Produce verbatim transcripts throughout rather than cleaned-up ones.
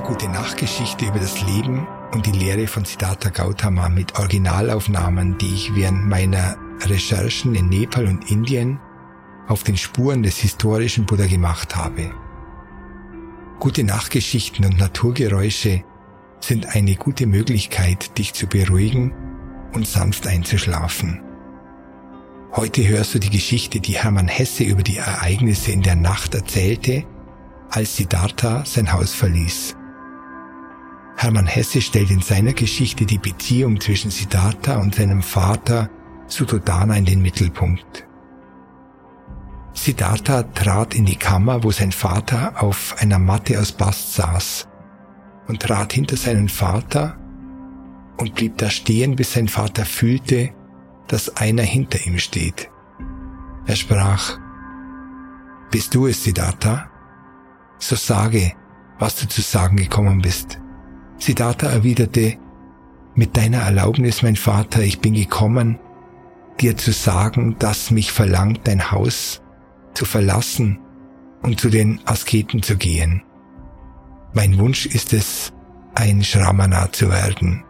Gute-Nacht-Geschichte über das Leben und die Lehre von Siddhartha Gautama mit Originalaufnahmen, die ich während meiner Recherchen in Nepal und Indien auf den Spuren des historischen Buddha gemacht habe. Gute-Nacht-Geschichten und Naturgeräusche sind eine gute Möglichkeit, dich zu beruhigen und sanft einzuschlafen. Heute hörst du die Geschichte, die Hermann Hesse über die Ereignisse in der Nacht erzählte, als Siddhartha sein Haus verließ. Hermann Hesse stellt in seiner Geschichte die Beziehung zwischen Siddhartha und seinem Vater Suddhodana in den Mittelpunkt. Siddhartha trat in die Kammer, wo sein Vater auf einer Matte aus Bast saß, und trat hinter seinen Vater und blieb da stehen, bis sein Vater fühlte, dass einer hinter ihm steht. Er sprach: »Bist du es, Siddhartha? So sage, was du zu sagen gekommen bist.« Siddhartha erwiderte: »Mit deiner Erlaubnis, mein Vater, ich bin gekommen, dir zu sagen, dass mich verlangt, dein Haus zu verlassen und zu den Asketen zu gehen. Mein Wunsch ist es, ein Shramana zu werden.«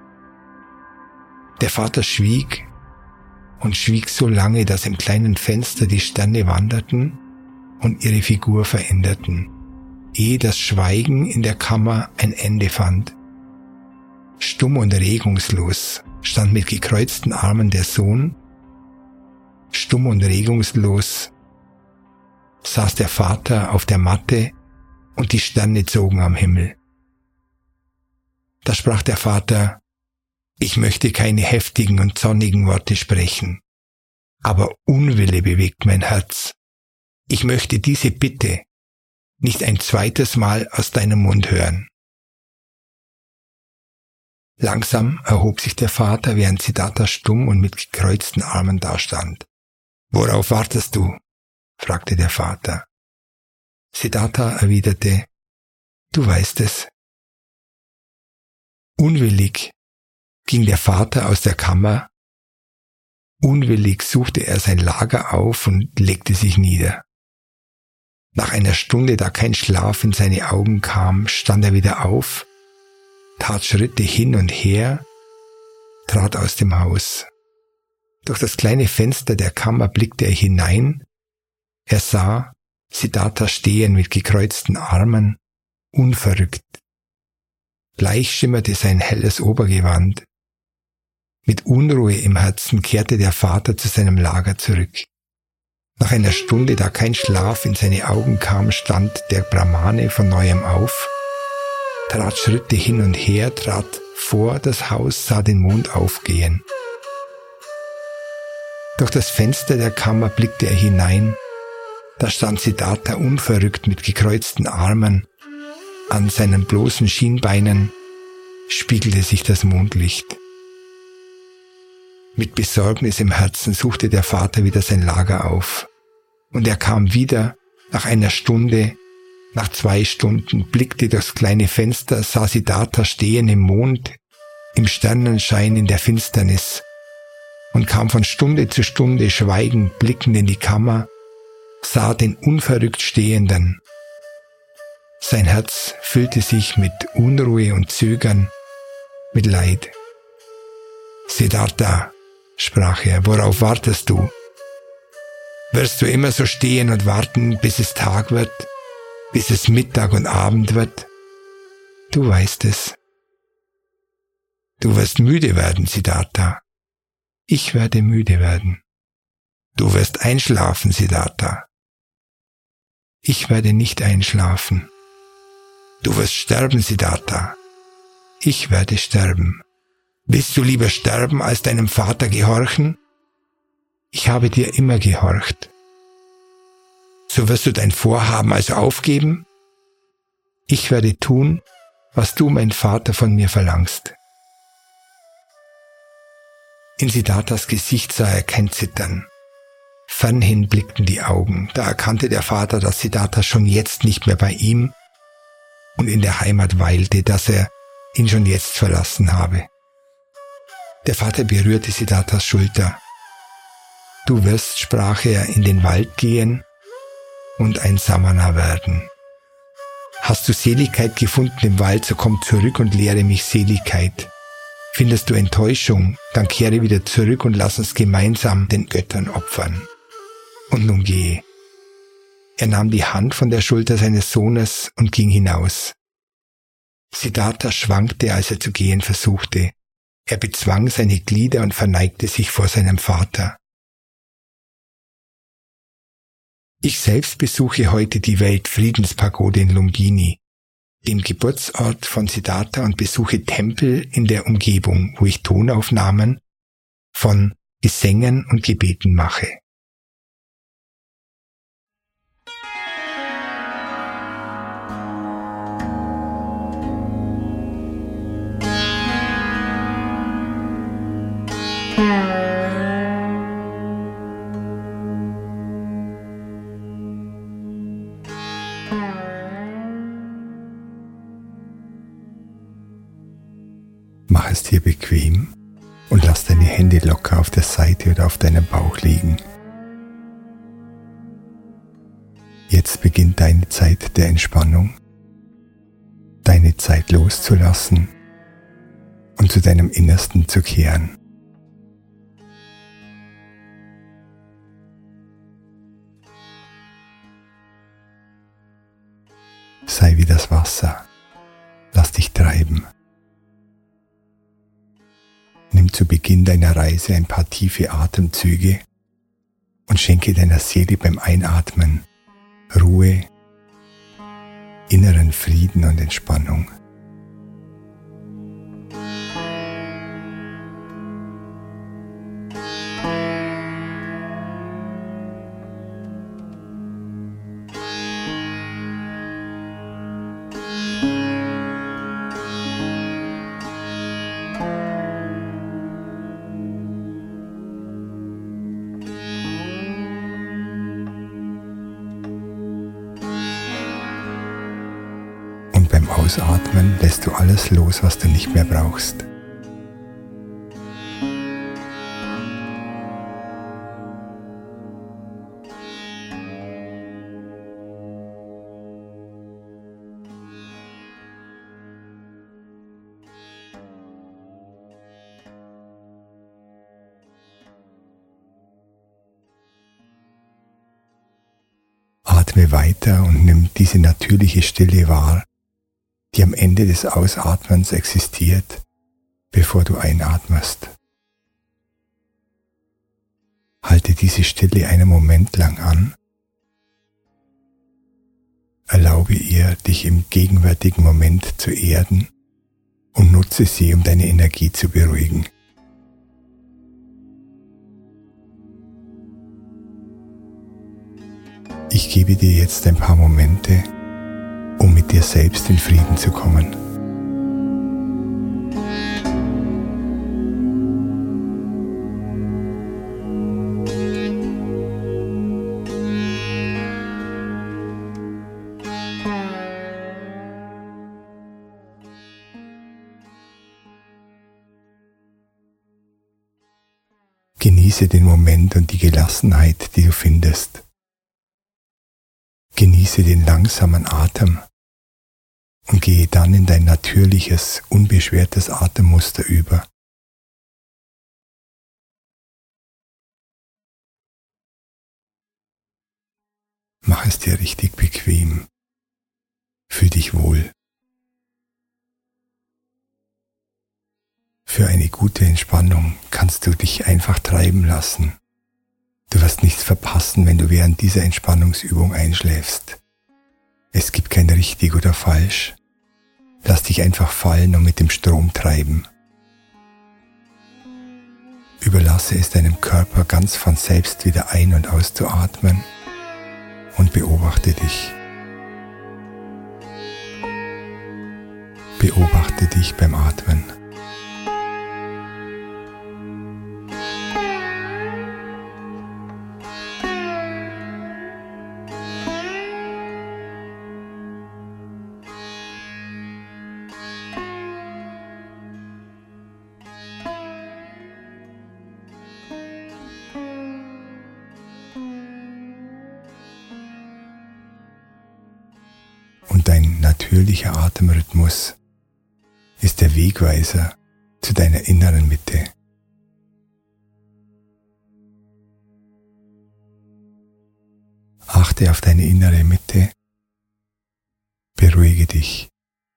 Der Vater schwieg und schwieg so lange, dass im kleinen Fenster die Sterne wanderten und ihre Figur veränderten, ehe das Schweigen in der Kammer ein Ende fand. Stumm und regungslos stand mit gekreuzten Armen der Sohn. Stumm und regungslos saß der Vater auf der Matte und die Sterne zogen am Himmel. Da sprach der Vater: »Ich möchte keine heftigen und zornigen Worte sprechen, aber Unwille bewegt mein Herz. Ich möchte diese Bitte nicht ein zweites Mal aus deinem Mund hören.« Langsam erhob sich der Vater, während Siddhartha stumm und mit gekreuzten Armen dastand. »Worauf wartest du?« fragte der Vater. Siddhartha erwiderte: »Du weißt es.« Unwillig ging der Vater aus der Kammer. Unwillig suchte er sein Lager auf und legte sich nieder. Nach einer Stunde, da kein Schlaf in seine Augen kam, stand er wieder auf, tat Schritte hin und her, trat aus dem Haus. Durch das kleine Fenster der Kammer blickte er hinein. Er sah Siddhartha stehen mit gekreuzten Armen, unverrückt. Bleich schimmerte sein helles Obergewand. Mit Unruhe im Herzen kehrte der Vater zu seinem Lager zurück. Nach einer Stunde, da kein Schlaf in seine Augen kam, stand der Brahmane von neuem auf, trat Schritte hin und her, trat vor das Haus, sah den Mond aufgehen. Durch das Fenster der Kammer blickte er hinein. Da stand Siddhartha unverrückt mit gekreuzten Armen. An seinen bloßen Schienbeinen spiegelte sich das Mondlicht. Mit Besorgnis im Herzen suchte der Vater wieder sein Lager auf. Und er kam wieder nach einer Stunde, nach zwei Stunden, blickte durchs kleine Fenster, sah Siddhartha stehen im Mond, im Sternenschein in der Finsternis, und kam von Stunde zu Stunde schweigend blickend in die Kammer, sah den unverrückt Stehenden. Sein Herz füllte sich mit Unruhe und Zögern, mit Leid. »Siddhartha«, sprach er, »worauf wartest du? Wirst du immer so stehen und warten, bis es Tag wird, bis es Mittag und Abend wird? Du weißt es. Du wirst müde werden, Siddhartha. Ich werde müde werden. Du wirst einschlafen, Siddhartha. Ich werde nicht einschlafen. Du wirst sterben, Siddhartha. Ich werde sterben. Willst du lieber sterben, als deinem Vater gehorchen? Ich habe dir immer gehorcht. So wirst du dein Vorhaben also aufgeben? Ich werde tun, was du, mein Vater, von mir verlangst.« In Siddharthas Gesicht sah er kein Zittern. Fernhin blickten die Augen. Da erkannte der Vater, dass Siddhartha schon jetzt nicht mehr bei ihm und in der Heimat weilte, dass er ihn schon jetzt verlassen habe. Der Vater berührte Siddharthas Schulter. »Du wirst«, sprach er, »in den Wald gehen und ein Samana werden. Hast du Seligkeit gefunden im Wald, so komm zurück und lehre mich Seligkeit. Findest du Enttäuschung, dann kehre wieder zurück und lass uns gemeinsam den Göttern opfern. Und nun gehe. Er nahm die Hand von der Schulter seines Sohnes und ging hinaus. Siddhartha schwankte, als er zu gehen versuchte. Er bezwang seine Glieder und verneigte sich vor seinem Vater. Ich selbst besuche heute die Weltfriedenspagode in Lumbini, dem Geburtsort von Siddhartha, und besuche Tempel in der Umgebung, wo ich Tonaufnahmen von Gesängen und Gebeten mache. Mach es dir bequem und lass deine Hände locker auf der Seite oder auf deinem Bauch liegen. Jetzt beginnt deine Zeit der Entspannung, deine Zeit loszulassen und zu deinem Innersten zu kehren. Sei wie das Wasser, lass dich treiben. Nimm zu Beginn deiner Reise ein paar tiefe Atemzüge und schenke deiner Seele beim Einatmen Ruhe, inneren Frieden und Entspannung. Beim Ausatmen lässt du alles los, was du nicht mehr brauchst. Atme weiter und nimm diese natürliche Stille wahr, die am Ende des Ausatmens existiert, bevor du einatmest. Halte diese Stille einen Moment lang an. Erlaube ihr, dich im gegenwärtigen Moment zu erden und nutze sie, um deine Energie zu beruhigen. Ich gebe dir jetzt ein paar Momente, um mit dir selbst in Frieden zu kommen. Genieße den Moment und die Gelassenheit, die du findest. Genieße den langsamen Atem und gehe dann in dein natürliches, unbeschwertes Atemmuster über. Mach es dir richtig bequem. Fühl dich wohl. Für eine gute Entspannung kannst du dich einfach treiben lassen. Du wirst nichts verpassen, wenn du während dieser Entspannungsübung einschläfst. Es gibt kein richtig oder falsch. Lass dich einfach fallen und mit dem Strom treiben. Überlasse es deinem Körper ganz von selbst wieder ein- und auszuatmen und beobachte dich. Beobachte dich beim Atmen. Und dein natürliches natürlicher Atemrhythmus ist der Wegweiser zu deiner inneren Mitte. Achte auf deine innere Mitte, beruhige dich.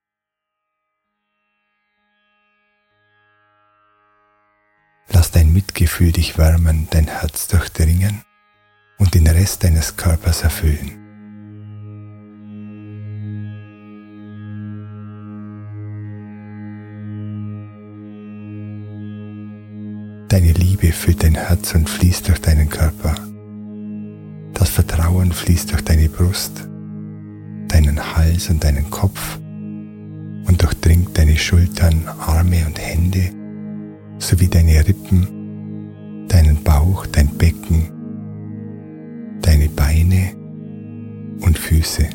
Lass dein Mitgefühl dich wärmen, dein Herz durchdringen und den Rest deines Körpers erfüllen. Deine Liebe füllt dein Herz und fließt durch deinen Körper. Das Vertrauen fließt durch deine Brust, deinen Hals und deinen Kopf und durchdringt deine Schultern, Arme und Hände sowie deine Rippen, deinen Bauch, dein Becken, deine Beine und Füße.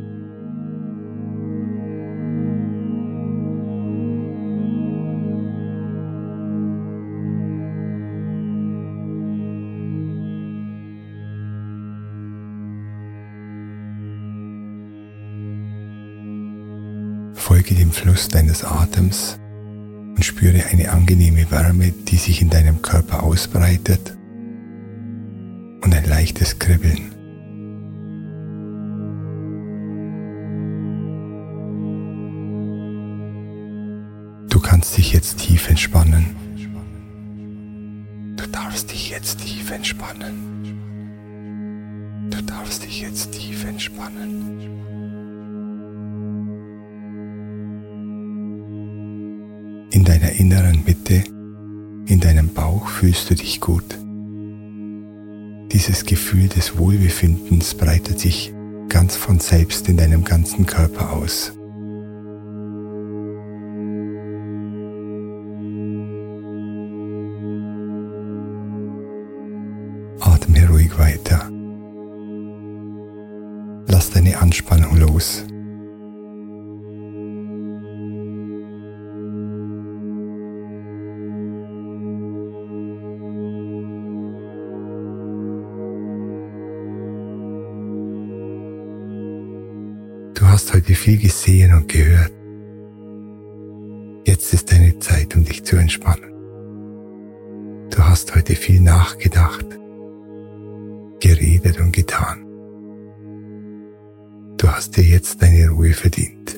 Folge dem Fluss deines Atems und spüre eine angenehme Wärme, die sich in deinem Körper ausbreitet und ein leichtes Kribbeln. Du kannst dich jetzt tief entspannen. Du darfst dich jetzt tief entspannen. Du darfst dich jetzt tief entspannen. In deiner inneren Mitte, in deinem Bauch fühlst du dich gut. Dieses Gefühl des Wohlbefindens breitet sich ganz von selbst in deinem ganzen Körper aus. Atme ruhig weiter. Lass deine Anspannung los. Du hast heute viel gesehen und gehört. Jetzt ist deine Zeit, um dich zu entspannen. Du hast heute viel nachgedacht, geredet und getan. Du hast dir jetzt deine Ruhe verdient.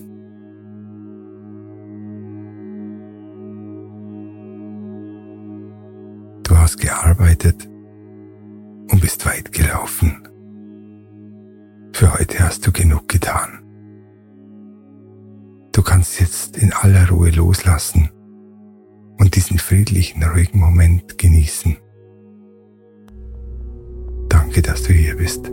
Du hast gearbeitet und bist weit gelaufen. Für heute hast du genug getan. Du kannst jetzt in aller Ruhe loslassen und diesen friedlichen, ruhigen Moment genießen. Danke, dass du hier bist.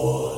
Ohr.